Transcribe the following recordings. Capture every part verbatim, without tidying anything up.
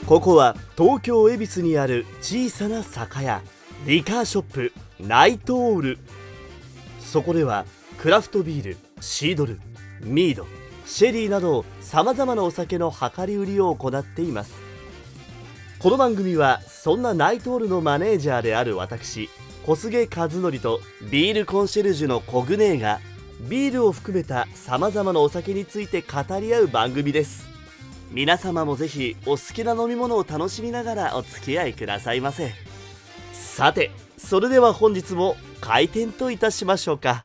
ここは東京恵比寿にある小さな酒屋、リカーショップナイトオール。そこではクラフトビール、シードル、ミード、シェリーなどさまざまなお酒の量り売りを行っています。この番組はそんなナイトオールのマネージャーである私小菅和則とビールコンシェルジュのコグネーがビールを含めたさまざまなお酒について語り合う番組です。皆様もぜひお好きな飲み物を楽しみながらお付き合いくださいませ。さて、それでは本日も開店といたしましょうか。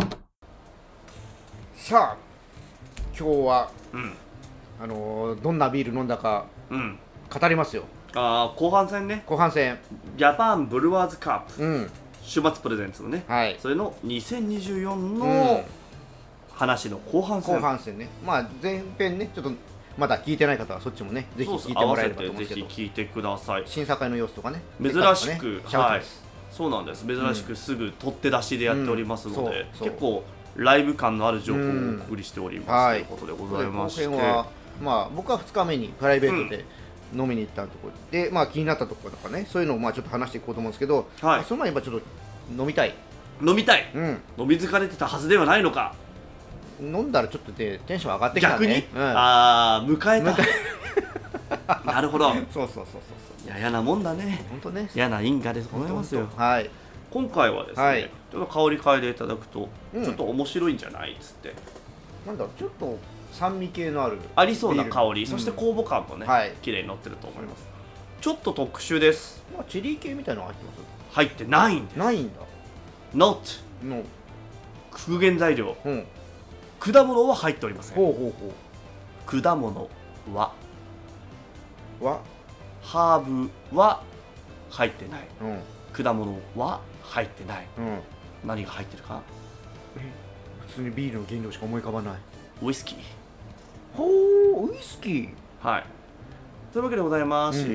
さあ今日は、 うん、 あのー、どんなビール飲んだか、 うん、 語りますよ。 あ後半戦ね、 後半戦ジャパンブルワーズカップ、 うん、 週末プレゼンツのね、はい、それのにせんにじゅうよんの話の後半戦、 後半戦ね。まあ前編ねちょっとまだ聞いてない方はそっちもねぜひ聞いてもらえればと思うんですけど、 ぜひ聞いてください。 審査会の様子とかね、 珍しく、ね、はい、そうなんです。珍しくすぐ取って出しでやっておりますので、うん、結構ライブ感のある情報をお送りしております、うん、はい、ということでございまして、後編はまあ僕はふつかめにプライベートで、うん、飲みに行ったところで、まあ、気になったところとかね、そういうのをまあちょっと話していこうと思うんですけど、はい、その前にちょっと飲みたい飲みたい、 うん、 飲み疲れてたはずではないのか。 飲んだらちょっとでテンション上がってきたね。 逆に、うん、ああ迎えたなるほど。 そうそうそうそうそう。 いや嫌なもんだね。 本当ね。 嫌な因果でございますよ。 はい。 今回はですね、はい、ちょっと香り嗅いでいただくと、うん、ちょっと面白いんじゃないっつって。 なんだろう、ちょっと酸味系のあるありそうな香り、そして酵母感もね、はい、綺麗に乗ってると思います。ちょっと特殊です。 まあチリ系みたいなの入ってます？ 入ってないんです。 ないんだ。 Not の復元材料、 うん、 果物は入っておりません。 ほうほうほう。果物ははハーブは入ってない、 うん、 果物は入ってない、 うん、 何が入ってるか。 え普通にビールの原料しか思い浮かばない。 ウイスキー。 ほう、ウイスキー。 はい。というわけでございまして、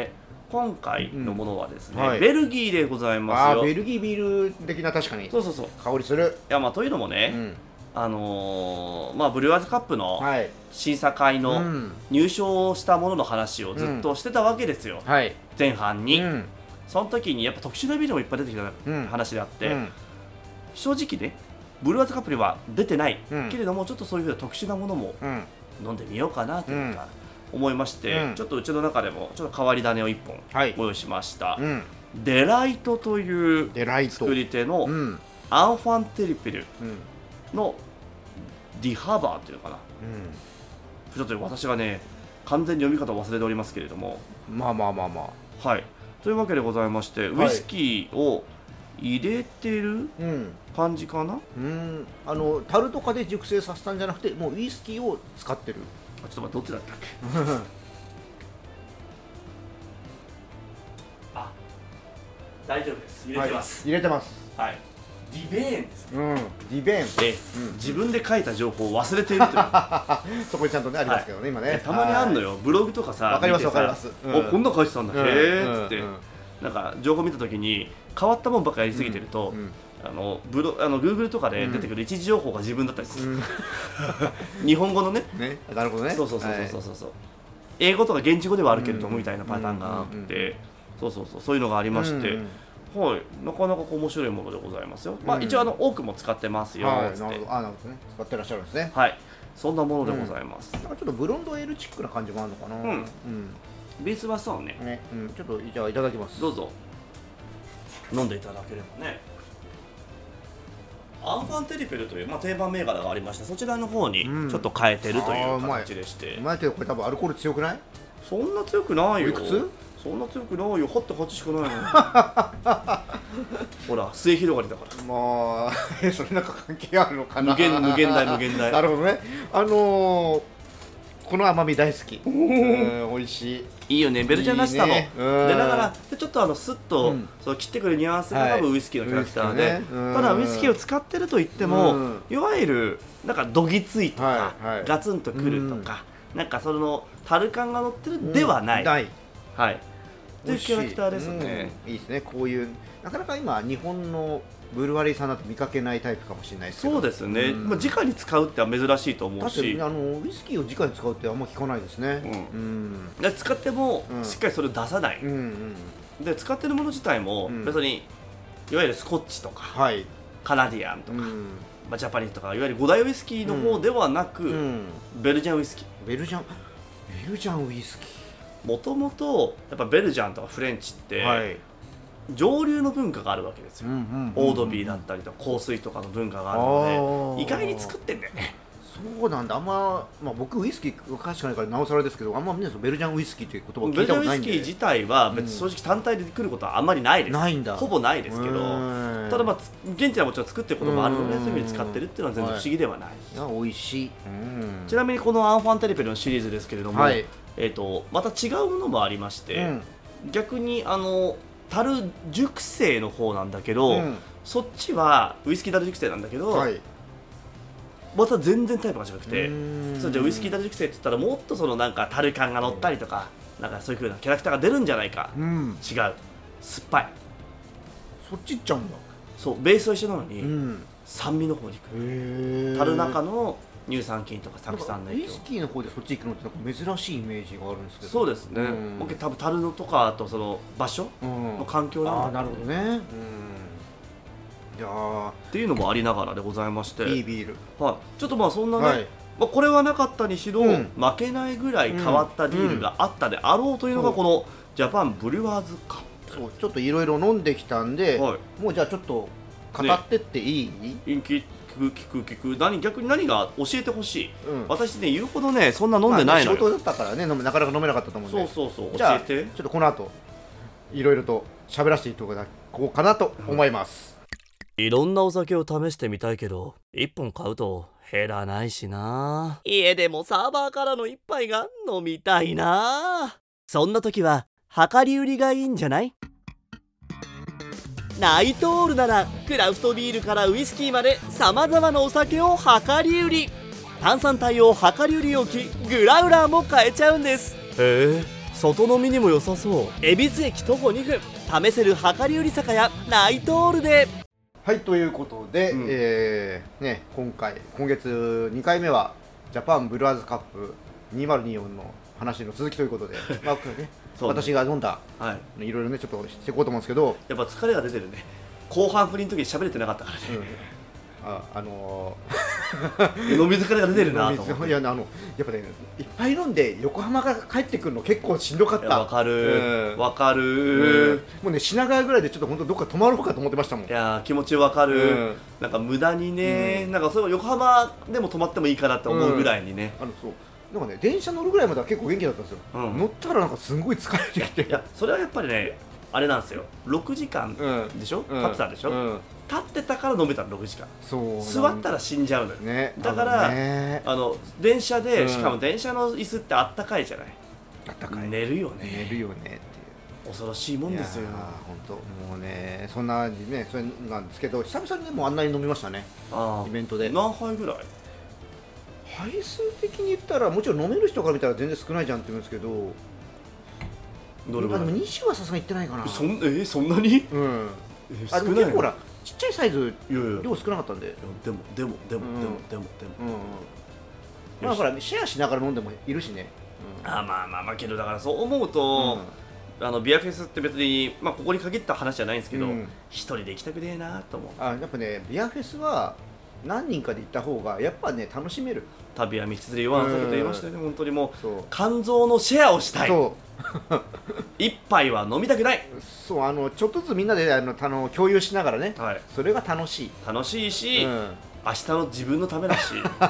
うん、今回のものはですね、うん、はい、ベルギーでございますよ。 あ、ベルギービール的な、確かにそうそうそう香りする。 いや、まあというのもね、うん、あのー、まあブルワーズカップの審査会の入賞したものの話をずっとしてたわけですよ、うん、はい、前半に、うん、その時にやっぱ特殊なビールもいっぱい出てきた話であって、うん、正直ねブルワーズカップには出てない、うん、けれどもちょっとそういうふうな特殊なものも飲んでみようかなというか思いまして、うん、ちょっとうちの中でもちょっと変わり種をいっぽんご用意しました、はい、うん、デライトという作り手のアンファンテリペルのディハバーというのかな、うん、ちょっと私がね完全に読み方を忘れておりますけれども、 まあまあまあまあ、 はい、というわけでございまして、ウイスキーを入れてる感じかな、 うん、うん、あの樽とかで熟成させたんじゃなくてもうウイスキーを使ってる。 ちょっと待って、どっちだったっけあ、大丈夫です、入れてます、 はい、入れてます、 はい、ディベーンですね、 うん、ディベーンで、うん、自分で書いた情報を忘れているというそこにちゃんとねありますけどね、はい、今ねたまにあんのよ、ブログとかさ、 わかりますわかります、 うん、お、こんな書いてたんだ、うん、へーっつって、うんうん、なんか情報見たときに変わったもんばっかりやりすぎてると、うんうん、あのブロあの Google とかで出てくる一時情報が自分だったりする、うん、日本語の ね, ねなるほどね、 そうそうそうそうそうそう、はい、英語とか現地語ではあるけれども、うん、みたいなパターンがあって、うんうんうん、そうそうそうそういうのがありまして、うんうん、はい、なかなか面白いものでございますよ、うん、まあ、一応あの多くも使ってますよ、 はい、 つって、 なるほど、あ、なるほどね、使ってらっしゃるんですね、 はい、そんなものでございます、 うん、なんかちょっとブロンドエールチックな感じもあるのかな、うん、うん、 ベースはそう ね, ね、うん、ちょっとじゃあいただきます。 どうぞ飲んでいただければね。アンファンテリペルという、まあ、定番銘柄がありまして、そちらの方にちょっと変えてるという形でして、 うん、うまいけどこれ多分アルコール強くない？ そんな強くないよ。いくつ？ そんな強くないよ。はってはちしかないのほら末広がりだから。 まあそれなんか関係あるのかな。 無限無限大無限大なるほどね。あのー、この甘み大好き。うん、美味しい。 いいよね、ベルジャンらしさも。でだからちょっとあのスッと、うん、その切ってくるニュアンスが多分ウイスキーのキャラクターで、はいね、ただウイスキーを使ってると言っても、うん、いわゆるなんかどぎついとか、はいはい、ガツンとくるとか、うん、なんかその樽感が乗ってるではない、 うん、ない、 はい、 っていうキャラクターですね、 うん、いいですね。こういうなかなか今日本のブルワリーさんだと見かけないタイプかもしれないですけど。 そうですね、うん、まあ、直に使うっては珍しいと思うし、 だってあのウイスキーを直に使うってあんま聞かないですね、 うんうん、で使ってもしっかりそれを出さない、うんうんうん、で使ってるもの自体も別にいわゆるスコッチとか、はい、カナディアンとか、うん、まあ、ジャパニーズとかいわゆる五大ウイスキーの方ではなく、うんうん、ベルジャンウイスキーベルジャンベルジャンウイスキーもともとやっぱベルジャンとかフレンチって、はい、蒸留の文化があるわけですよ、うんうんうんうん、オードビーだったりとか香水とかの文化があるので意外に作ってんだよね。 そうなんだ。あんま、まあ、僕ウイスキー詳しくないからなおさらですけど、あんま皆さんベルジャンウイスキーという言葉を聞いたことないんで。 ベルジャンウイスキー自体は別に正直単体で来ることはあんまりないです、 うん、ないんだ。 ほぼないですけど、ただまあ現地はもちろん作ってることもあるのでそういうふうに使ってるっていうのは全然不思議ではない。 はい、いや美味しい。 うん、ちなみにこのアンファンテレペのシリーズですけれども、はい、えー、とまた違うものもありまして、うん、逆にあの樽熟成の方なんだけど、うん、そっちはウイスキー樽熟成なんだけど、はい、また全然タイプが違くて、そうじゃウイスキー樽熟成って言ったらもっとそのなんか樽感が乗ったりとか、なんかそういう風なキャラクターが出るんじゃないか、うん、違う酸っぱい。 そっちいっちゃうんだ。 そうベースは一緒なのに、うん、酸味の方に行く。樽の中の乳酸菌とか酢酸の影響。 ウイスキーの方でそっち行くのってなんか珍しいイメージがあるんですけど。 そうですね、うん、僕多分樽のとかあとその場所の環境なんだ、 うん、あなるほどね、うん、いやっていうのもありながらでございまして、 いいビール、 はい、ちょっとまあそんなね、はい、まあ、これはなかったにしろ、うん、負けないぐらい変わったビールがあったであろうというのがこのジャパンブリュワーズカップ。 そうちょっといろいろ飲んできたんで、はい、もうじゃあちょっと語ってっていい、ね、 聞く聞く聞く何逆に何が教えてほしい、うん、私ね言うほどねそんな飲んでないのよ、 まあ、仕事だったからねなかなか飲めなかったと思うんで、 そうそうそう教えて。ちょっとこの後いろいろと喋らせていただこうかなと思います、 うん、いろんなお酒を試してみたいけどいっぽん買うと減らないしな。家でもサーバーからの一杯が飲みたいな。そんな時は量り売りがいいんじゃない？ナイトオールならクラフトビールからウイスキーまでさまざまなお酒を量り売り。炭酸帯を量り売り置きグラウラーも買えちゃうんです。へえ外飲みにも良さそう。恵比寿駅徒歩にふん試せる量り売り酒屋ナイトオールで。 はいということで、うん、えーね、今回今月にかいめはジャパンブルワーズカップにせんにじゅうよんの話の続きということで、まあねね、私が飲んだ、はい、いろいろねちょっとしていこうと思うんですけど、 やっぱ疲れが出てるね。後半振りの時に喋れてなかったからね、 うん、あ, あのー、飲み疲れが出てるなと思って。 いやあのやっぱねいっぱい飲んで横浜から帰ってくるの結構しんどかった。 わかるわ、うん、かる、 うん、もうね品川ぐらいでちょっと本当どっか泊まろうかと思ってましたもん。 いや気持ちわかる、うん、なんか無駄にね、うん、なんかそれ横浜でも泊まってもいいかなって思うぐらいにね、 うん、あのそうなんかね電車乗るぐらいまでは結構元気だったんですよ、うん、乗ったらなんかすごい疲れてきて。 いやそれはやっぱりねあれなんですよろくじかんでしょ、うん、立ってたでしょ、うん、立ってたから飲めたのろくじかん。そう座ったら死んじゃうのよ、ね、だからあの、ね、あの電車で、うん、しかも電車の椅子ってあったかいじゃない。 あったかい寝るよね寝るよねっていう恐ろしいもんですよ。 本当もうねそんなねそれなんですけど久々にねもうあんなに飲みましたね。イベントで。 何杯ぐらい？ 杯数的に言ったらもちろん飲める人から見たら全然少ないじゃんって言うんですけど、どれぐらい？でもにじはさすがにいってないかな。 そんえー、そんなに？うん。 えー、少ない。あでも結構ほらちっちゃいサイズ量少なかったんで。いやでもでもでも、うん、でもでもでもでも。 まあほらシェアしながら飲んでもいるしね。 うん、あまあまあまあけどだからそう思うと、うん、あのビアフェスって別にまあここに限った話じゃないんですけど、うん、一人で行きたくねえなと思う。 あやっぱねビアフェスは何人かで行った方がやっぱね楽しめる。 旅は道連れ弱な酒と言いましたよね。本当にもう肝臓のシェアをしたい。そう一杯は飲みたくない。 そうあのちょっとずつみんなであのあの共有しながらね、はい、それが楽しい楽しいし、うん、明日の自分のためだし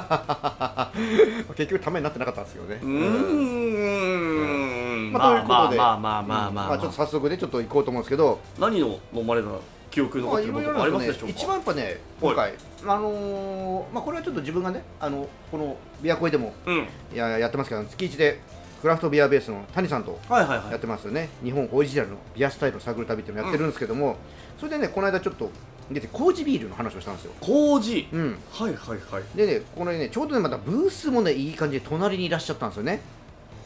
結局ためになってなかったんですよね。うーん、まあまあまあまあまあまあ、 まあちょっと早速でちょっと行こうと思うんですけど、 何を飲まれた記憶残ってることありますでしょうか。 一番やっぱね今回あのー、まあこれはちょっと自分がねあのこのビアコイでも、うん、ややってますけど月一でクラフトビアベースの谷さんとやってますよね、はいはいはい、日本オリジナルのビアスタイルを探る旅っていうのをやってるんですけども、うん、それでねこの間ちょっと出て麹ビールの話をしたんですよ。 麹、うん、はいはいはい。 でねこのねちょうどねまたブースもねいい感じで隣にいらっしゃったんですよね。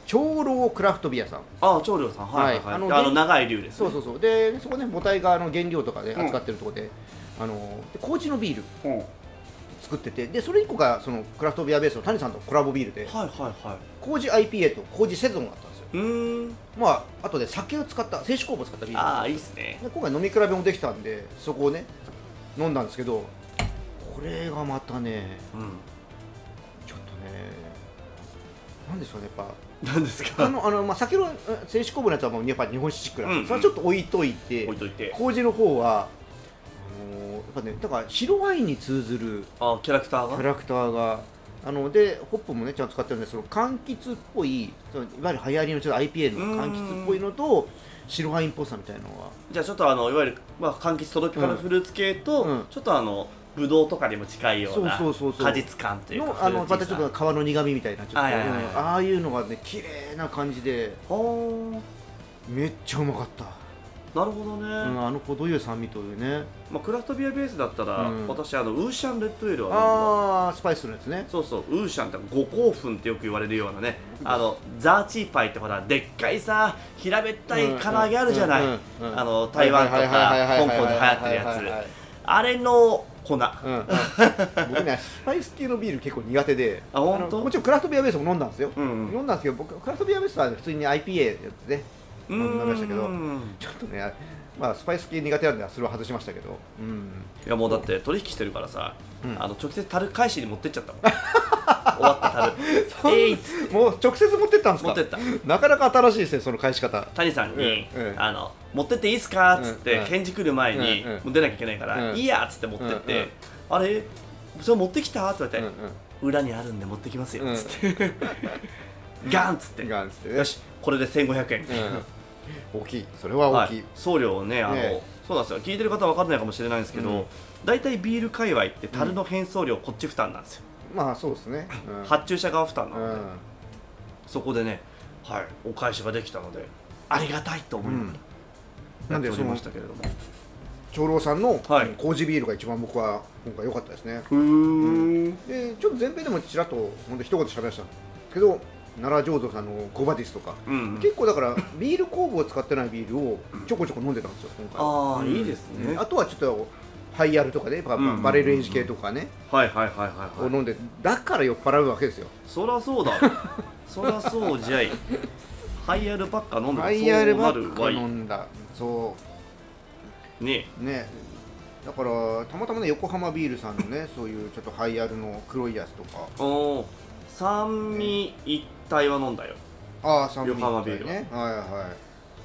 長老クラフトビアさん。 ああ、長老さん、はいはいはい、あのあの長い竜です、 ね、そうそうそう。でそこね、母体があの原料とかで扱ってるところで、うん、あの麹のビール、うん作ってて、でそれいっこがそのクラフトビアベースの谷さんとコラボビールで、はいはいはい、麹 アイピーエー と麹セゾンがあったんですよ。うーん、まああとで酒を使った製酒酵母を使ったビール。 ああ、いいですね。 で今回飲み比べもできたんで、そこをね飲んだんですけど、これがまたね、うん、ちょっとね、なんでしょうね、やっぱなんですか、 あのあの、まあ、酒の製酒酵母のやつはもうやっぱ日本酒チックなんです、うんうん、それはちょっと置いといて、置いといて麹の方はやっぱね、だから白ワインに通ずるあキャラクターがキャラクターがあのでホップもねちゃんと使ってるんで、その柑橘っぽい、そのいわゆる流行りのちょっと アイピーエー の柑橘っぽいのと白ワインっぽさみたいなのは、 じゃあちょっとあのいわゆる、まあ、柑橘トロピカルフルーツ系と、うん、ちょっとあのブドウとかにも近いような果実感というか、 あのまたちょっと皮の苦みみたいな、ちょっと、はいはいはい、ああいうのがね綺麗な感じで、めっちゃうまかった。 なるほどね、うん、 あの程よい酸味というね、 まあ、クラフトビアベースだったら、うん、私あのウーシャンレッドエールはああスパイスのやつね。 そうそう、ウーシャンって五香粉ってよく言われるようなね、あのザーチーパイってほらでっかいさ平べったい唐揚げあるじゃない、あの台湾とか香港で流行ってるやつ、あれの粉、うん、 僕ねスパイス系のビール結構苦手で、 あ本当？ もちろんクラフトビアベースも飲んだんですよ、うんうん、飲んだんですけど、僕クラフトビアベースは普通に アイピーエー やつね飲みましたけど、ちょっとね、まあ、スパイス系苦手なんでそれは外しましたけど、うん、 いやもうだって取引してるからさ、うん、あの直接樽返しに持ってっちゃったもん終わった樽えいっつってもう直接持ってったんですか。 持ってった。 なかなか新しいですね、その返し方。 谷さんに、うんうん、あの持ってっていいっすかっつって返事来る前に、うんうん、もう出なきゃいけないから、うん、いいやっつって持ってって、うんうん、あれそれ持ってきたって言われて、うんうん、裏にあるんで持ってきますよっつって、うん、ガンっつってガンっつって、よしこれでせんごひゃくえん、うん大きい、それは大きい、はい、 送料ね、あの、ね、そうなんですよ、聞いてる方は分からないかもしれないんですけど、大体、うん、ビール界隈って樽の返送料こっち負担なんですよ、 うん、まあそうですね、 うん、発注者側負担なので、うん、そこでね、はい、お返しができたのでありがたいと思いながらやっておりましたけれども、 長老さんの麹ビールが一番僕は今回良かったですね。うーん、うん、でちょっと前編でもちらっと本当一言喋りましたけど、奈良醸造さんのゴバディスとか、うんうん、結構だからビール酵母を使ってないビールをちょこちょこ飲んでたんですよ今回。 ああ、うん、いいですね。 あとはちょっとハイアルとかね、バレルエイジ系とかね、 はいはいはいはい、 を飲んで、だから酔っ払うわけですよ。 そりゃそうだそりゃそうじゃい。ハイアルばっか飲んだらそうなるわい。 ハイアルばっか飲んだ、そうねね。だからたまたまね横浜ビールさんのねそういうちょっとハイアルの黒いやつとか、 お酸味一体は飲んだよ。 ああ、酸味一体ね、 横浜ビールは、 はいはい、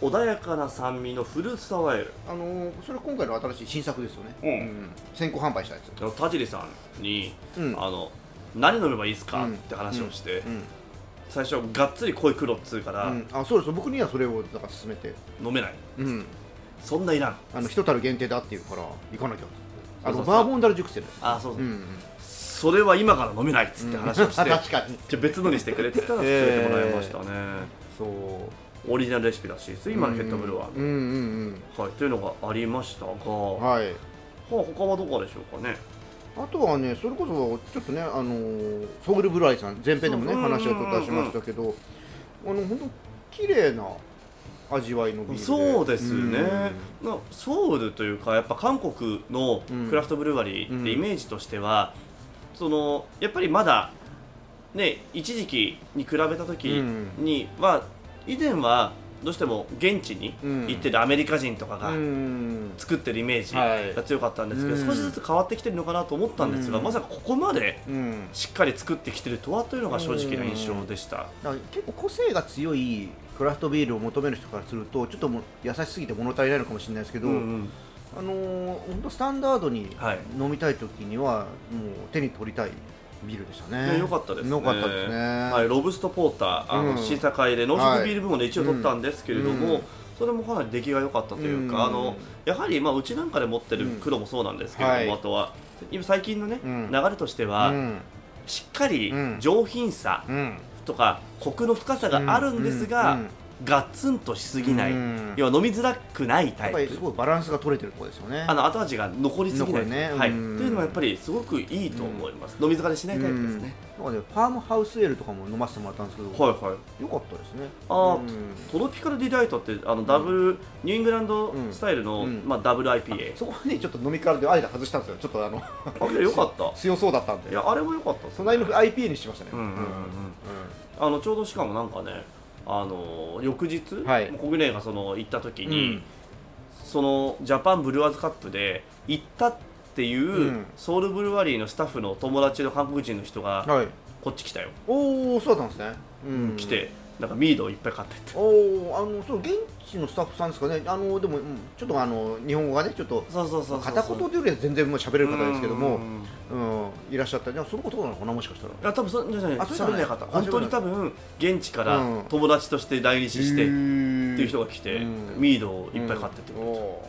穏やかな酸味のフルーツサワーエール、 あのー、それ今回の新しい新作ですよね、うんうん、先行販売したやつ。 田尻さんに、うん、あの何飲めばいいですか、うん、って話をして、うんうん、最初がっつり濃い黒っつうから、うん、 あそうです、僕にはそれをだから勧めて、 飲めない、 うん、 そんないらん、 あの一樽限定だっていうから行かなきゃ、あのバーボンダル熟成です、ね、 あそうそう、うんうん、それは今から飲めないっつって話をして、うん、確かにじゃ別のにしてくれって言ったら連れてもらいましたね、えー、そうオリジナルレシピだし、今のヘッドブルワー、うんうんうんはい、というのがありましたが、はい、はあ、他はどこでしょうかね。 あとはね、それこそちょっとね、あのー、ソウルブライさん前編でもね話をちょっと出しましたけど、あの本当綺麗な味わいのビールで、 そうですね、うん、ソウルというかやっぱ韓国のクラフトブルワリーってイメージとしては、うん、そのやっぱりまだね一時期に比べた時には、うん、以前はどうしても現地に行ってるアメリカ人とかが作ってるイメージが強かったんですけど、うん、少しずつ変わってきてるのかなと思ったんですが、うん、まさかここまでしっかり作ってきてるとはというのが正直な印象でした。 うん、結構個性が強いクラフトビールを求める人からするとちょっとも優しすぎて物足りないのかもしれないですけど、うんうん、あのー、本当スタンダードに飲みたいときにはもう手に取りたいビールでしたね。 良かったですね。 良かったですね。 はい、ロブストポーター、あの、うん、審査会で濃縮ビール部門でいちいを取ったんですけれども、はいうん、それもかなり出来が良かったというか、うん、あのやはりまあうちなんかで持ってる黒もそうなんですけれども、うんはい、あとは今最近のね、うん、流れとしては、うん、しっかり上品さとかコクの深さがあるんですが、 ガッツンとしすぎない、要は飲みづらくないタイプ、やっぱりすごいバランスが取れてるところですよね。 あの後味が残りすぎない、ね、はい、というのはやっぱりすごくいいと思います。飲み疲れしないタイプですね。 なんかね、ファームハウスエールとかも飲ませてもらったんですけど、はいはい、良かったですね。 あ、トロピカルディライトってあのダブル、うん、ニューイングランドスタイルの、うん、まあ、ダブル アイピーエー、 そこにちょっと飲みからで間外したんですよ。ちょっとあのあれ良かった強そうだったんで、 いやあれも良かったです、ね、 隣の アイピーエー にしましたね。 あのちょうどしかもなんかね、あの翌日、はい、国内がその行った時に、うん、そのジャパンブルワーズカップで行ったっていう、うん、ソウルブルワリーのスタッフの友達の韓国人の人が、はい、こっち来たよ。 おお、そうだったんですね。 うん、来てなんかミードをいっぱい買ってって。 おお、あのそう現地のスタッフさんですかね。あのでも、うん、ちょっとあの日本語がねちょっと片言というよりは全然もう喋れる方ですけども、うん、いらっしゃった。じゃあそのことなのかな、もしかしたら。いや多分そじゃない、喋れない方、本当に多分現地から友達として来日してっていう人が来て、ミードをいっぱい買ってってこと。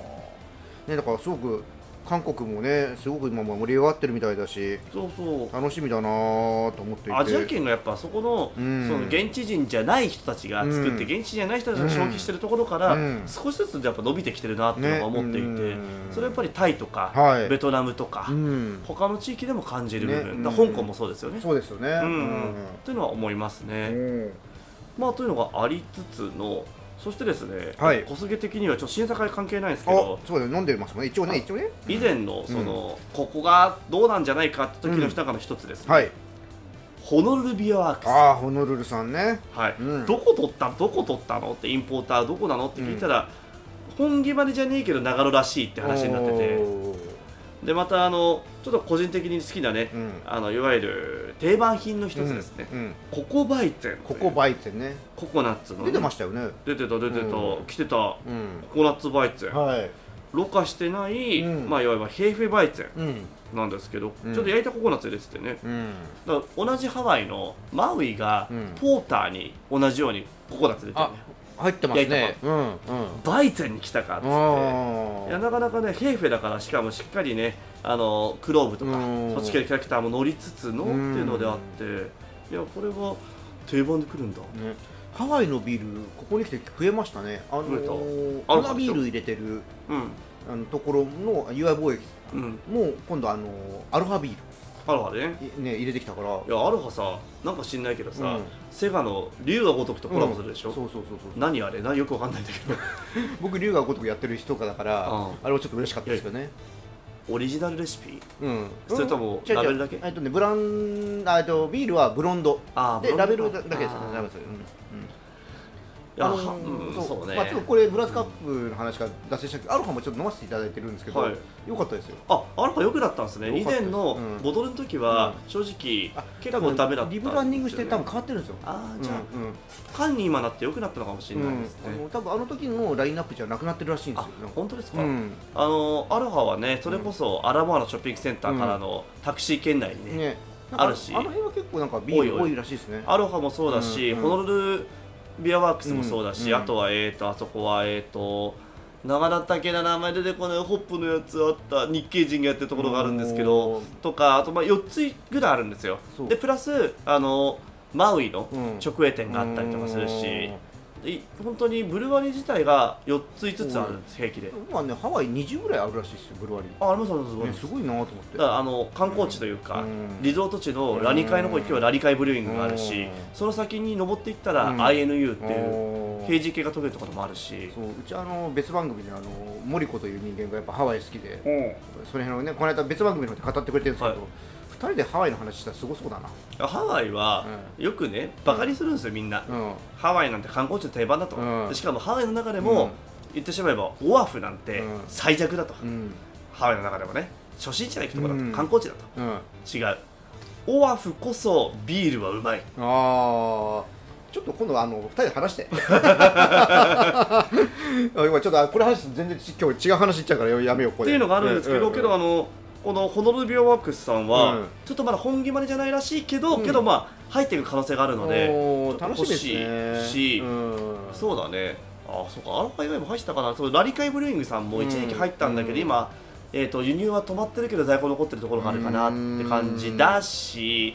ね、だからすごく韓国もねすごく今も盛り上がってるみたいだし、 そうそう楽しみだなと思っていて、 アジア圏がやっぱそこの、うん、その現地人じゃない人たちが作って、うん、現地人じゃない人たちが消費してるところから、うん、少しずつやっぱ伸びてきてるなっていうのが思っていて、ね、それはやっぱりタイとか、はい、ベトナムとか、うん、他の地域でも感じる部分、ね、香港もそうですよね。 そうですよね、うんうん、というのは思いますね。うん、まあというのがありつつの、そしてですね、はい、小菅的にはちょっと審査会関係ないんですけど、 そうだよ、飲んでますもんね、一応ね、一応ね。 以前のその、うん、ここがどうなんじゃないかって時の中の一つですね、うん、はい、ホノルルビアワークス。 ああ、ホノルルさんね。 はい、うん、どこ取ったどこ取ったのって、インポーターどこなのって聞いたら、うん、本決まりじゃねえけど長野らしいって話になってて、でまたあのちょっと個人的に好きなね、うん、あのいわゆる定番品の一つですね、うんうん、ココバイツェン。 ココバイツェンね、 ココナッツの、ね、 出てましたよね。 出てた出てた、うん、来てた、ココナッツバイツェン、はい、ろ過してない、うん、まあいわゆるヘーフェバイツェンなんですけど、うん、ちょっと焼いたココナッツ入れててね、うん、だから同じハワイのマウイがポーターに同じようにココナッツ入れてるね、 入ってますね、うんうん、 バイツェンに来たかっつって、いやなかなかねヘーフェだから、しかもしっかりねあのクローブとかそっち系のキャラクターも乗りつつのっていうのであって、いやこれは定番で来るんだ、ね、 ハワイのビールここに来て増えましたね。あのー、粉ビール入れてる、うん、あのところのユア貿易さん、うん、もう今度あのー、アロハビールアロハで ね, ね入れてきたから。いやアロハさ、なんか知んないけどさ、うん、セガの龍が如くとコラボするでしょ、うん、そうそうそうそう、何あれな、よくわかんないんだけど僕龍が如くやってる人だから、うん、あれはちょっと嬉しかったですよね。 オリジナルレシピ、うん、それともラベルだけ？ えっとね、ブランあとビールはブロンドでラベルだけですね。ラベル、うん、あのー、そうそうね、まあ、ちょっとこれブラスカップの話から脱線したけど、アロハもちょっと飲ませていただいてるんですけど、はい、よかったですよ。 あ、アロハ良くなったんですね。以前のボトルの時は正直、うん、結構ダメだったんですよね。リブランディングして多分変わってるんですよ。ああ、じゃあ、うんうん、缶に今なって良くなったのかもしれないですね。うん、あの多分あの時のラインナップじゃなくなってるらしいんですよ。 本当ですか？うん、あのアロハはね、それこそアラモアナショッピングセンターからのタクシー圏内にね、ねあるし、 あの辺は結構なんかビール多いらしいですね。 アロハもそうだし、うんうん、ホノルルビアワークスもそうだし、うん、あとはえーとあそこはえーと長田だけな名前出てこないホップのやつあった日系人がやってるところがあるんですけどとか、あとまあよっつぐらいあるんですよ。でプラスあのマウイの直営店があったりとかするし、本当にブルワリー自体がよっついつつあるんです、平気で。 まあね、ハワイにじゅうぐらいあるらしいですよ、ブルワリー。 あ、ありますあります、 ね、すごいなと思って。 だからあの観光地というか、うん、リゾート地のラニカイの方に行けばラニカイブルーイングがあるし、うん、その先に登っていったら アイエヌユー っていう平時系が取れるところもあるし、 そう、うちあの別番組であのモリコという人間がやっぱハワイ好きで、うん、その辺のね、この間別番組の方で語ってくれてるんですけど、はい、ふたりでハワイの話したらすごそうだな。 ハワイはよくね、バカにするんですよみんな、うん、ハワイなんて観光地の定番だと、うん、しかもハワイの中でも、うん、言ってしまえばオアフなんて最弱だと、うん、ハワイの中でもね初心者が行くところだと、うん、観光地だと、うん、違う、オアフこそビールはうまい。 ああ、ちょっと今度はあのふたりで話して今ちょっとこれ話すと全然今日違う話いっちゃうからやめようこれっていうのがあるんですけど、うん、けどあのこのホノルルビアワークスさんは、うん、ちょっとまだ本決まりじゃないらしいけど、うん、けどまあ入っていく可能性があるので、ちょっと欲しいし、うん、そうだね、あ、そうか、アロハ以外も入ってたかな。そう、ラリカイブルーイングさんも一時期入ったんだけど、うん、今、えーと、輸入は止まってるけど在庫残ってるところがあるかなって感じだし、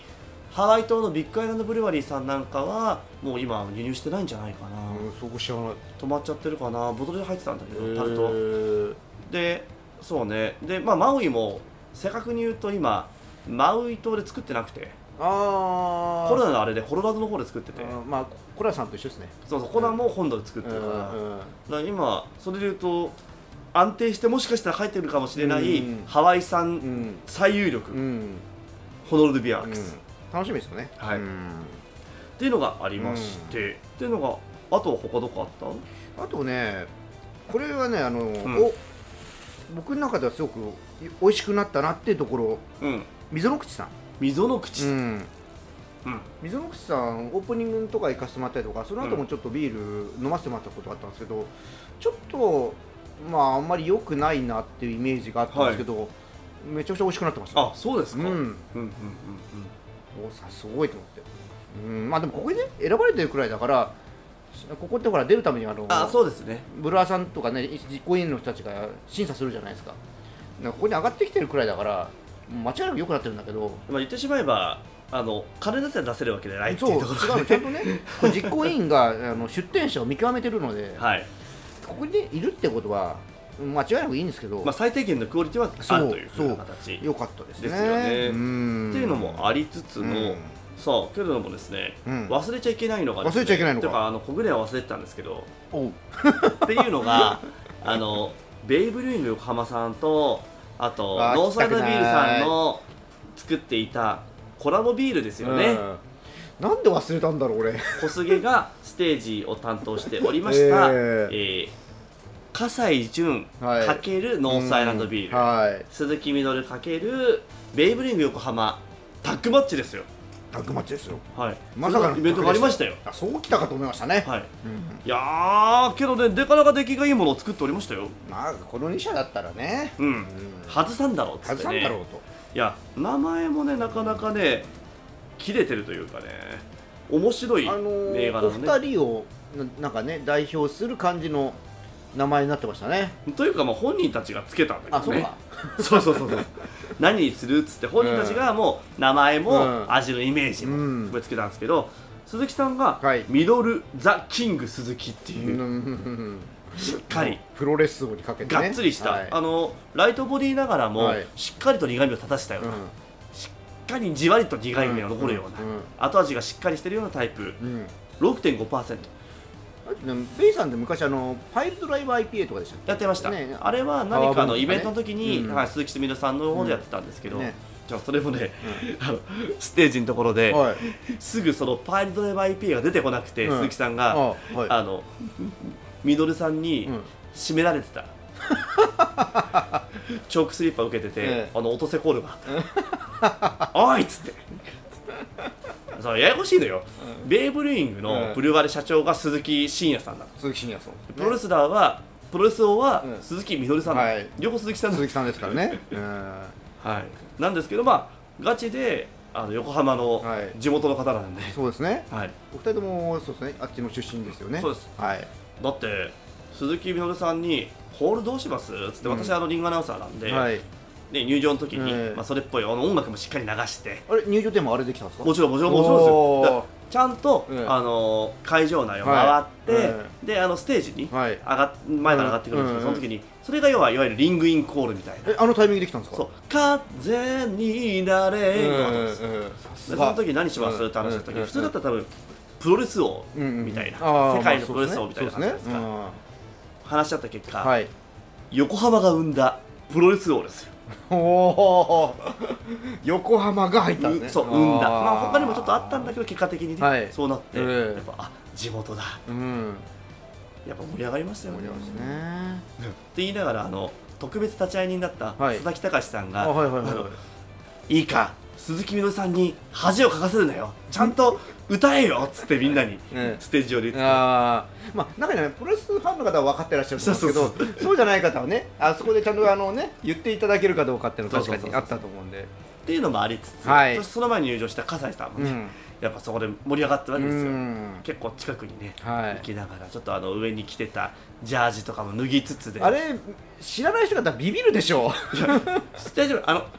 ハワイ島のビッグアイランドブリュワリーさんなんかはもう今輸入してないんじゃないかな。 うん、そこ知らない。 止まっちゃってるかな。ボトルで入ってたんだけどタルトで、そうね。で、まあ、マウイも正確に言うと今マウイ島で作ってなくて、あコロナのあれでコロラドの方で作ってて、 まあコラさんと一緒ですね。 そうそう、コナンも本土で作ってるから、うん、だから今それで言うと安定してもしかしたら入ってるかもしれない、うん、ハワイ産最有力、うん、ホノルルビアークス、 うん、楽しみですよね。 はい、うん、っていうのがありまして、うん、っていうのがあと他どこあった？ あとね、これはね、あの、うん、お僕の中ではすごく美味しくなったなっていうところ、うん、溝の口さん。 溝の口さん、うんうん、溝の口さんオープニングとか行かせてもらったりとか、その後もちょっとビール飲ませてもらったことがあったんですけど、ちょっとまああんまり良くないなっていうイメージがあったんですけど、はい、めちゃくちゃ美味しくなってました。 あ、そうですか。うんうんうんうんうん。 おさすごいと思って。うん、まあでもここにね選ばれてるくらいだから、ここってほら出るためにあのあ、そうですね。 ブルワーさんとかね実行委員の人たちが審査するじゃないですか。ここに上がってきてるくらいだから。間違いなく良くなってるんだけど、 まあ、言ってしまえばあの金出せ出せるわけじゃないっていうところそう違うちゃんとね実行委員があの出店者を見極めてるので、はい、ここに、ね、いるってことは間違いなくいいんですけど、 まあ、最低限のクオリティはあるというふうな形良かったですね。 ですよね。うんっていうのもありつつの、うん、そうけれどもですね、うん、忘れちゃいけないのがですね、 忘れちゃいけないのかというかあの小暮は忘れてたんですけどおうっていうのがあのベイブリューイング横浜さんとあとノーサイドビールさんの作っていたコラボビールですよね、 うん、なんで忘れたんだろう俺。 小菅がステージを担当しておりました、えーえー、葛西潤×ノースアイランドビール、はい、鈴木みのる×ベイブリング横浜タッグマッチですよ。 タッグマッチですよ。 はい。まさかのイベントがありましたよ。 あ、そうきたかと思いましたね。はい。うん、 いやーけどね、でかなか出来がいいものを作っておりましたよ。 まあこのに社だったらね。 うん。うん、外さんだろうっつってね。 外さんだろうと。 いや名前もねなかなかね切れてるというかね面白い銘柄のね。 お二人をなんかね代表する感じの名前になってましたね。 というかまあ本人たちがつけたんだけどね。 あ、そうか。 そうそうそうそう。何にするっつって本人たちがもう名前も味のイメージもつけたんですけど、鈴木さんがミドルザキング鈴木っていうしっかりプロレスをにかけてがっつりしたあのライトボディながらもしっかりと苦味を立たせたような、しっかりじわりと苦味が残るような後味がしっかりしてるようなタイプ ろくてんごパーセント。 ベイさんで昔あのパイルドライブ アイピーエー とかでしたっけ？ やってました、ね、あれは何かのイベントの時に、うんはい、鈴木すみれさんの方でやってたんですけど、うんね、じゃあそれもね、うん、あのステージのところで、はい、すぐそのパイルドライブ アイピーエー が出てこなくて、うん、鈴木さんが、あ、はい、あのミドルさんに締められてた、うん、チョークスリッパ受けてて、ええ、あの落とせコールがおいっつってそうややこしいのよ、うん、ベイブリューイングのブルワレ社長が鈴木真也さんだ、 鈴木真也さん、ね、 プロレスラーはプロレス王は鈴木みのるさんだ、はい、両方鈴木さんだ鈴木さんですからねはい、なんですけどまあガチであの横浜の地元の方なんで、はい、 そうですね、はい、お二人ともそうですねあっちの出身ですよね。 そうです、 はい、 だって鈴木みのるさんにホールどうしますっつって、うん、私はあのリングアナウンサーなんで、はい、で入場の時に、えーまあ、それっぽいあの音楽もしっかり流して。 あれ入場テーマあれできたんですか？ もちろんもちろんもちろんですよ。ちゃんと、えー、あの会場内を回って、はいえー、であのステージに上がっ、前から上がってくるんですけど、その時にそれが要はいわゆるリングインコールみたいな。 えあのタイミングできたんですか？ そう風になれの後です、えーえー、でその時何しますって話した時、普通だったら多分プロレス王みたいな、うんうん、世界のプロレス王みたいな感じですか、まあねうん、話し合った結果、はい、横浜が生んだプロレス王ですよ。 おお横浜が入ったんですね。 そう生んだ。まあ他にもちょっとあったんだけど結果的にね、はい、そうなって、えー、やっぱあ地元だ、うん、やっぱ盛り上がりましたよね。 盛り上がりますね、 うん、って言いながらあの特別立ち会い人だった佐々木隆さんが、はいはいはいはい、いいか鈴木みのるさんに恥をかかせるなよ、ちゃんと歌えよっつってみんなにステージ上で言ってた。 あまあ中にはねプロレスファンの方は分かってらっしゃると思うんですけど、そうそうそうそうじゃない方はねあそこでちゃんとあのね言っていただけるかどうかっていうのは確かにあったと思うんでっていうのもありつつ、はい、そしてその前に入場した葛西さんもね、うん、やっぱそこで盛り上がったわけですよ。結構近くにね、はい、行きながらちょっとあの上に着てたジャージとかも脱ぎつつで、 あれ知らない人だったらビビるでしょう。 大丈夫あの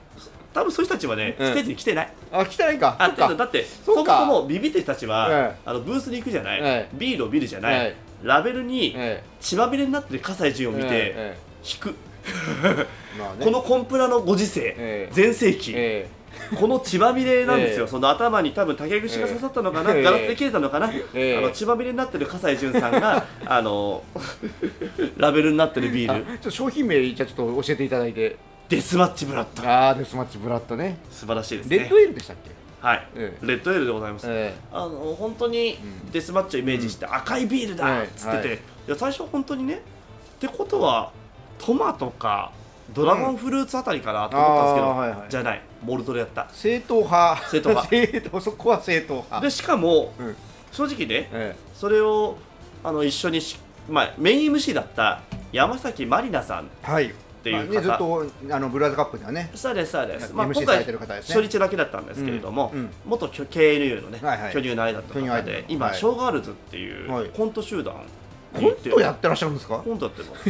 多分そういう人たちはね、ステージに来てない。 あ、来てないか。 あってだってそもそもビビってる人たちはあのブースに行くじゃない、ビールを見るじゃない、ラベルに血まみれになってる葛西潤を見て引く。このコンプラのご時世、全盛期、この血まみれなんですよ。その頭に多分竹串が刺さったのかな、ガラスで切れたのかな、あの血まみれになってる葛西潤さんがあのラベルになってるビール。 ちょっと商品名じゃちょっと教えていただいて。 デスマッチブラッド。 ああ、デスマッチブラッドね。 素晴らしいですね。 レッドエールでしたっけ？ はい、レッドエールでございます。あの本当にデスマッチをイメージして赤いビールだっつってて、いや最初本当にね、ってことはトマトかドラゴンフルーツあたりかなと思ったんですけど、うんはいはい、じゃない、モルトでやった。 正統派。 正統派。そこは正統派。 でしかも、うん、正直ね、ええ、それをあの一緒にし、まあ、メイン エムシー だった山崎まりなさんっていう方、 はい、まあね、ずっとあのブラザーカップではね、 そうですそうです。 まあ、今回初日だけだったんですけれども、うんうん、元 ケーエヌユー のね、はいはい、巨乳の間だった方で、今、はい、ショーガールズっていうコント集団、 コントやってらっしゃるんですか？ コントやってます。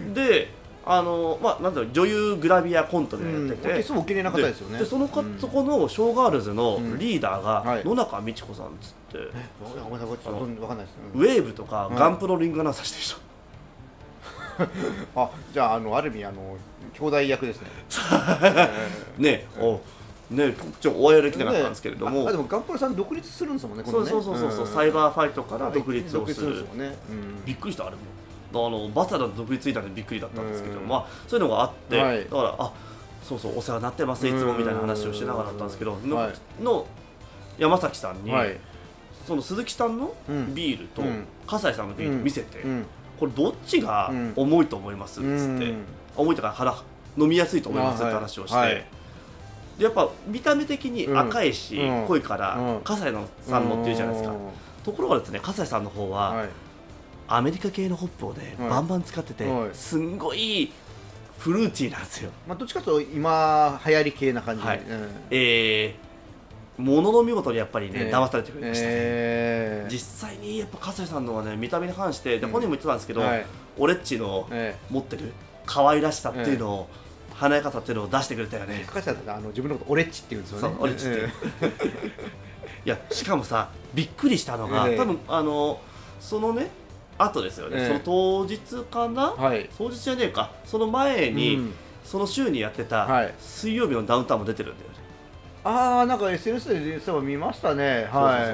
で、あのまあなんだろう、女優グラビアコントでやってて、 すごいお綺麗な方ですよね。 でそのか、うん、そこのショーガールズのリーダーが野中美智子さんっつって、ウェーブとかガンプのリングアナウンサーしてる人。 あ、じゃあ、あのある意味あの兄弟役ですね。 ね、おね、ちょっとお会いできなかったんですけれども、 あでもガンプラさん独立するんですもんね。 そうそうそうそう、サイバーファイトから独立をする。びっくりしたあれも。あのバサラと独立ついたんでびっくりだったんですけど、まあそういうのがあって、だからあ、そうそうお世話になってますいつもみたいな話をしながらだったんですけど、の山崎さんにその鈴木さんのビールと葛西さんのビール見せて。これどっちが重いと思いますっつって、うん、重いとか腹飲みやすいと思いますって話をして、はいはい、でやっぱ見た目的に赤いし、うん、濃いから、うん、葛西さんのっていうじゃないですか、うん、ところがですね、葛西さんの方は、はい、アメリカ系のホップをね、はい、バンバン使ってて、はい、すんごいフルーティーなんですよ。 まあ、どっちかというと今流行り系な感じ、はい、うん、 えーものの見事にやっぱりね、えー、騙されてくれましたね、えー、実際にやっぱ葛西さんのはね、見た目に関してで、うん、本人も言ってたんですけど、はい、オレッチの持ってる可愛らしさっていうのを、えー、華やかさっていうのを出してくれたよね。 葛西さんあの自分のことオレッチって言うんですよね。 そうオレッチって、えー、いやしかもさ、びっくりしたのが、えー、多分あのそのね後ですよね、えー、その当日かな、はい、当日じゃねえか、その前に、うん、その週にやってた水曜日のダウンタウンも出てるんだよね。 ああ、なんか エスエヌエス でそう見ましたね。はい。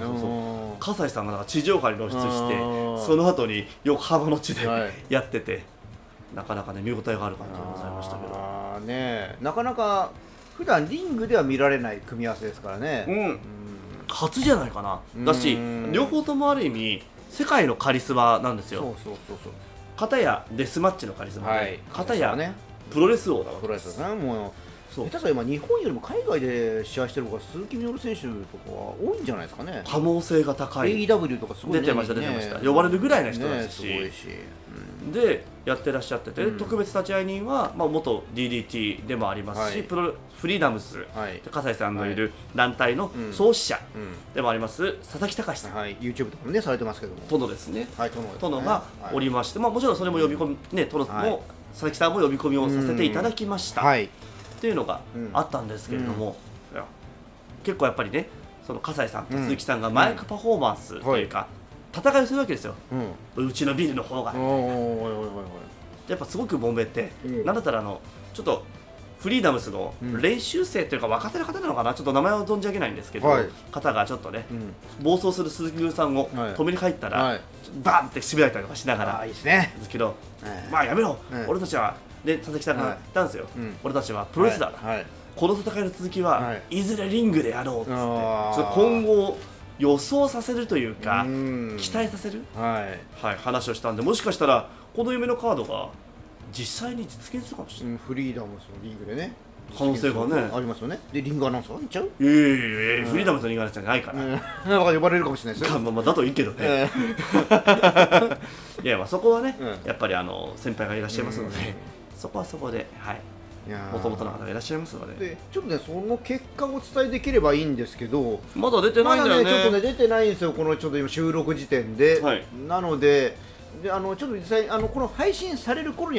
葛西さんがなんか地上波に露出して、その後に横浜の地でやってて、はい、なかなかね見応えがある感じでございましたけど。 ああね、なかなか普段リングでは見られない組み合わせですからね。うん。うん、 初じゃないかな。だし、両方ともある意味世界のカリスマなんですよ。そうそうそうそう。片やデスマッチのカリスマで、はい、片やねプロレス王だわけです。 プロレスね、もう。下手したら今日本よりも海外で試合してる方が鈴木みのる選手とかは多いんじゃないですかね。 可能性が高い。 エーイーダブリュー とかすごい、ね、 出てました出てました、呼ばれるぐらいの人ですし、 ね、すごいし、 うん、でやってらっしゃってて、うん、特別立会人は、まあ、元 ディーディーティー でもありますし、はい、プロフリーダムス、はい、葛西さんのいる団体の創始者でもあります、うん、佐々木隆さん、 はい、YouTube とかもねされてますけども、 殿ですね、 はい、殿ですね、 殿がおりまして、まあ、もちろんそれも呼び込み、ね、殿も、はい、佐々木さんも呼び込みをさせていただきました、うん、はいっていうのがあったんですけれども、うん、結構やっぱりね、その葛西さんと鈴木さんがマイクパフォーマンスというか、うん、戦いをするわけですよ、うん、うちのビルの方がやっぱすごく揉めて、うん、なんだったらあのちょっとフリーダムスの練習生というか若手の方なのかな、ちょっと名前を存じ上げないんですけど、はい、方がちょっとね、うん、暴走する鈴木さんを止めに入ったら、はい、バンって締められたりとかしながら、 あ、いいですね、 ですけど、えー、まあやめろ、うん、俺たちはで佐々木さんが言ったんですよ、はい、うん、俺たちはプロレスラーだ、はいはい、この戦いの続きは、はい、いずれリングでやろうっつって、今後予想させるというか期待させる、はいはい、話をしたんで、もしかしたらこの夢のカードが実際に実現するかもしれない、うん、 フリーダムスのリングでね、 可能性がねありますよね。でリングアナウンサーいっちゃう？ いやいやいや、うん、フリーダムスのリングアナウンサーじゃないから、うん、 なんか呼ばれるかもしれないですよ。 まあまあだといいけどね、ー、いやまあそこはね、うん、やっぱりあの先輩がいらっしゃいますので、うん、そこはそこで、はい、もともとの方がいらっしゃいますので、 でちょっとねその結果をお伝えできればいいんですけど、 まだ出てないんだよね。 まだねちょっとね出てないんですよ、このちょっと今収録時点で、はい、なので、であのちょっと実際あのこの配信される頃には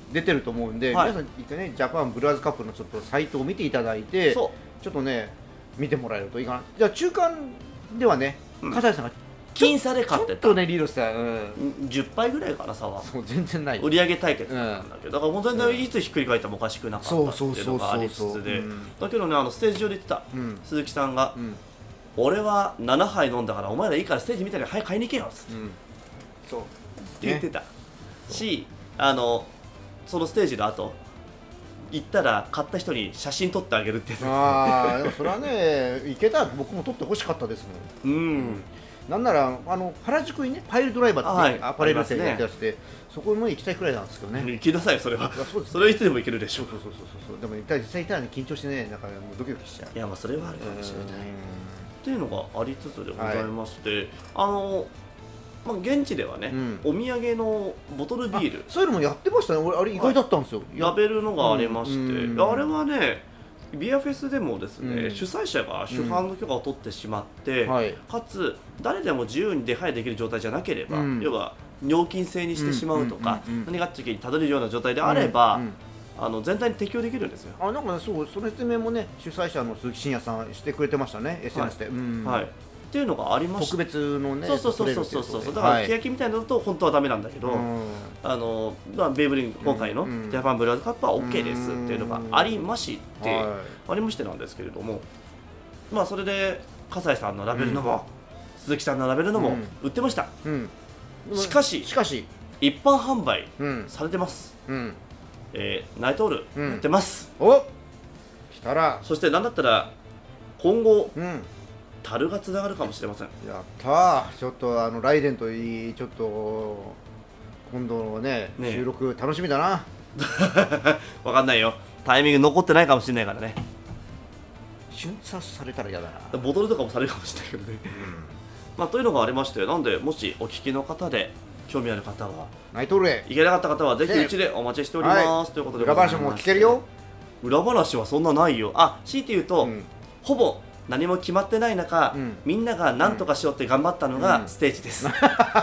出てると思うんで、はい、皆さん一回ねジャパンブルワーズカップのちょっとサイトを見ていただいて、ちょっとね見てもらえるといいかな。じゃあ中間ではね、うん、笠井さんが僅差で勝ってた。 ちょっとねリードした、うん、 じゅっぱいぐらいかな差は。 そう全然ない。 売上対決なんだけど、うん、だからもう全然いつひっくり返ってもおかしくなかったっていうのがありつつで、だけどねあのステージ上で言ってた、うん、鈴木さんが、うん、俺はななはい飲んだからお前らいいからステージ見たら早く買いに行けよっつって、うん、そうって言ってた、ね、しあのそのステージの後行ったら買った人に写真撮ってあげるってやつ。 ああでもそれはね行けたら僕も撮ってほしかったですもん。うん、うんなんならあの原宿にねパイルドライバーって、ねはい、アパレル店やってらして、ね、そこも行きたいくらいなんですけどね。 行きなさいよそれは。そうです、ね、それはいつでも行けるでしょ。 そうそうそうそうでも実際行ったら、ね、緊張してねなんかもうドキドキしちゃう。 いやまあそれはあるかもしれないっていうのがありつつでございまして、はい、あのまあ現地ではね、うん、お土産のボトルビールそういうのもやってましたね。俺あれ意外だったんですよ、はい、 ラベルのがありまして、うん、あれはねビアフェスでもですね、うん、主催者が主犯の許可を取ってしまって、うんはい、かつ誰でも自由に出入りできる状態じゃなければ、うん、要は料金制にしてしまうとか、うんうんうん、何があった時にたどれるような状態であれば、うんうん、あの全体に適用できるんですよ。 あなんかねそうその説明もね主催者の鈴木真也さんしてくれてましたね エスエヌエス で、はいうんはい、 っていうのがありまして特別のねそうそうそうそうそうそうだから欅みたいなのだと本当はダメなんだけど、はい、あのまあ、ベイブリン今回のジャパンブルワーズカップは OK ですっていうのがありまして、はい、ありましてなんですけれども、まあそれで笠井さんのラベルのも、うん、鈴木さんのラベルのも売ってました、うんうん、しかししかし一般販売されてます、うんうんえー、ナイトオールやってます、 うん、お来たらそして何だったら今後、うん樽がつながるかもしれません。 やったーちょっとあのライデンといいちょっと今度の ね, ね収録楽しみだなわかんないよタイミング残ってないかもしれないからね瞬殺されたら嫌だなボトルとかもされるかもしれないけどね、うんまあ、というのがありましてなんでもしお聞きの方で興味ある方はナイトルへ行けなかった方はぜひうちでお待ちしております、はい、ということで裏話も聞けるよ。 裏話はそんなないよ。あ強いて言うと、うん、ほぼ何も決まってない中、うん、みんなが何とかしようって頑張ったのがステージです、うん、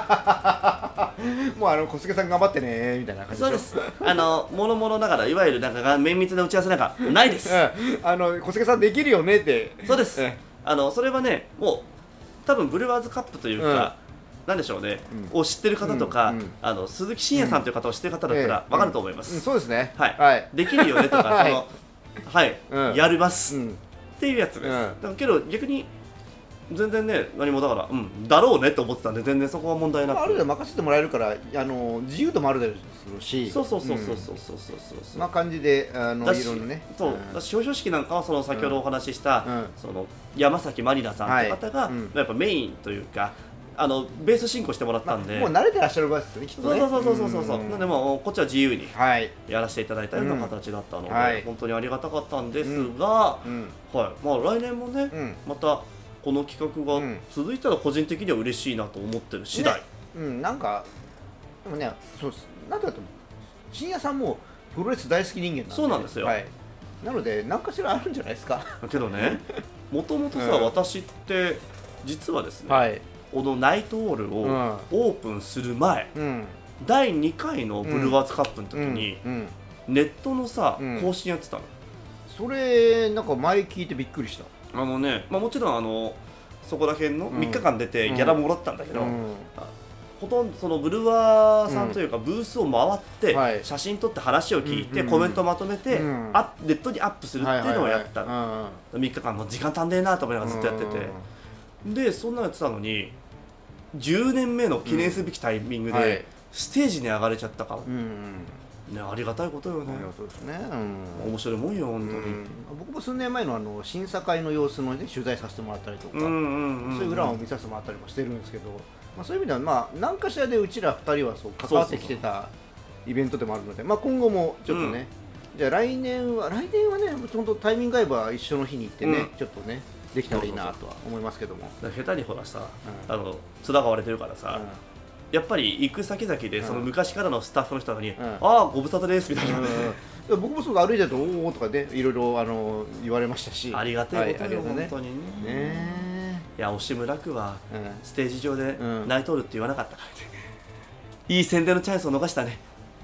もうあの小菅さん頑張ってねみたいな感じそうです。あのもろもろながらいわゆるなんか綿密な打ち合わせなんかないです、うん、 あの小菅さんできるよねってそうです、うん、あのそれはねもう多分ブルワーズカップというか、うん、なんでしょうね、うん、を知ってる方とか、うん、あの鈴木真也さんという方を知ってる方だったら分かると思います、 うんうん、そうですね、 はいはい、できるよねとかそのはい、やります、っていうやつです、うん、だけど逆に全然ね何もだからうんだろうねと思ってたんで全然そこは問題なく、まあ、 ある程度任せてもらえるからあの自由度もあるだろうしそうそうそうそうそうそうそうそうそんな感じであのいろいろねそう、うん、だし表彰式なんかはその先ほどお話しした、うん、その山崎まりなさんって方が、はいうん、やっぱメインというかあのベース進行してもらったんで、 まあ、もう慣れてらっしゃる場合ですよねきっとね。 そうそうそうそうそうそう、うん、なんでもうこっちは自由にやらせていただいたような形だったので、うんはい、本当にありがたかったんですが、うんはいまあ、来年もね、うん、またこの企画が続いたら個人的には嬉しいなと思ってる次第、ね、 うんなんかでもねそうですなんていうか深夜さんもプロレス大好き人間なんでそうなんですよ、はい、 なので何かしらあるんじゃないですかけどねもともとさ、うん、私って実はですね、はいこのナイトオールをオープンする前、うん、だいにかいのブルワーズカップの時に、うんうん、ネットのさ、更新やってたの。 それなんか前聞いてびっくりした。 あのね、まあ、もちろんあのそこら辺のみっかかん出てギャラもらったんだけど、ほとんどそのブルワーさんというかブースを回って写真撮って話を聞いてコメントまとめてあネットにアップするっていうのをやってたの。みっかかんの時間足んねえなと思いながらずっとやっててでそんなのやってたのにじゅうねんめの記念すべきタイミングでステージに上がれちゃったから、うんうんね、ありがたいことよね。 そうですね、 うん、面白いもんよ本当に、うん、 僕も数年前のあの審査会の様子の、ね、取材させてもらったりとか、うんうんうんうん、そういう裏を見させてもらったりもしてるんですけど、まあ、そういう意味では、まあ、何かしらでうちらふたりはそう関わってきてたイベントでもあるので、まあ、今後もちょっとね、うん、じゃあ来年は来年はね本当タイミング合えば一緒の日に行ってね、うん、ちょっとねできたらいいなとは思いますけども。 下手にほらさ、うん、あの面が割れてるからさ、うん、やっぱり行く先々でその昔からのスタッフの人に、うん、ああご無沙汰ですみたいな、うんうん、僕もすぐ歩いてるとおおとかで、ね、いろいろあの言われましたしありがたいことよ、はい、本当に ね, ねいや押村区はステージ上でナイトールって言わなかったからね、うん、いい宣伝のチャンスを逃したね。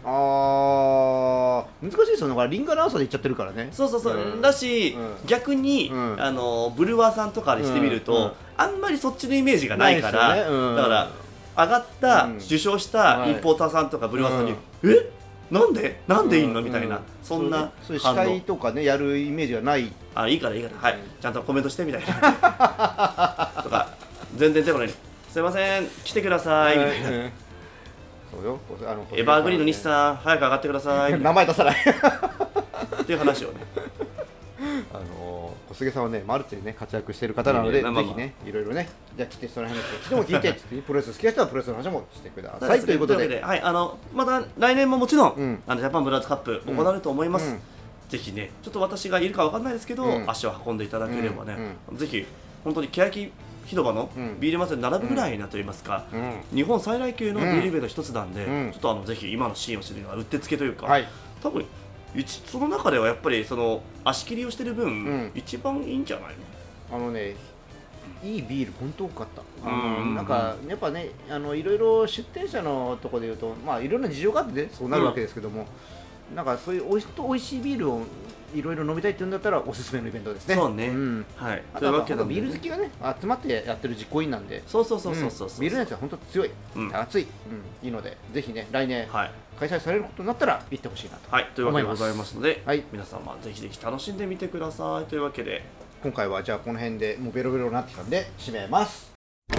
あー難しいですよね、リンガーランサーでいっちゃってるからね。 そうそうそう、うん、だし、うん、逆に、うん、あのブルワーさんとかにしてみると、うんうん、あんまりそっちのイメージがないから、ねうん、だから上がった、うん、受賞したインポーターさんとかブルワーさんに、うん、えなんでなんでいいの、うん、みたいな、そんなそういう司会とかねやるイメージがない。 あ、いいからいいから、はい、ちゃんとコメントしてみたいなとか全然手こないにすいません来てくださいみたいな、うんそうよ、あのエバーグリーンの西さん早く上がってください名前出さないっていう話をねあの小菅さんはねマルチでね活躍している方なので、ぜひねいろいろねじゃあ来てその辺の人も聞いてプロレス好きな人はプロレスの話もしてくださいということで、 はい、あのまた来年ももちろん、うん、あのジャパンブラザーズカップ行われると思います、うんうん、ぜひねちょっと私がいるかわかんないですけど、うん、足を運んでいただければね、うんうん、ぜひ本当に欅広場のビール祭りに並ぶぐらいなといいますか、うん、日本最大級のビールイベント一つなんで、うん、ちょっとあのぜひ今のシーンを知るのはうってつけというか、はい、多分その中ではやっぱりその足切りをしてる分、うん、一番いいんじゃないの。あのねいいビール本当多かった。あの、うん、なんかやっぱねあのいろいろ出店者のところでいうとまあいろんな事情があってねそうなるわけですけども、うん、なんかそういうおいしと美味しいビールをいろいろ飲みたいって言うんだったらおすすめのイベントですね。 そうね、うん、はい。 あとはビール好きがね集まってやってる実行委員なんで、 そうそうそうそうそう、 うん、ビールのやつは本当強い、うん、熱い、うん、いいのでぜひね来年、はい、開催されることになったら行ってほしいなと思います。 はい、というわけでございますので、はい、皆様ぜひぜひ楽しんでみてくださいというわけで今回はじゃあこの辺でもうベロベロになってきたんで締めます。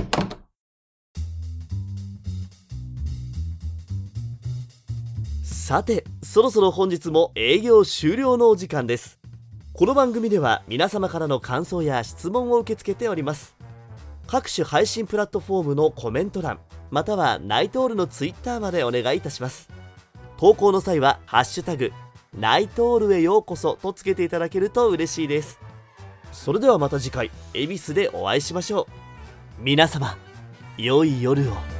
さてそろそろ本日も営業終了のお時間です。この番組では皆様からの感想や質問を受け付けております。各種配信プラットフォームのコメント欄またはナイトールのツイッターまでお願いいたします。投稿の際はハッシュタグナイトールへようこそとつけていただけると嬉しいです。それではまた次回恵比寿でお会いしましょう。皆様良い夜を。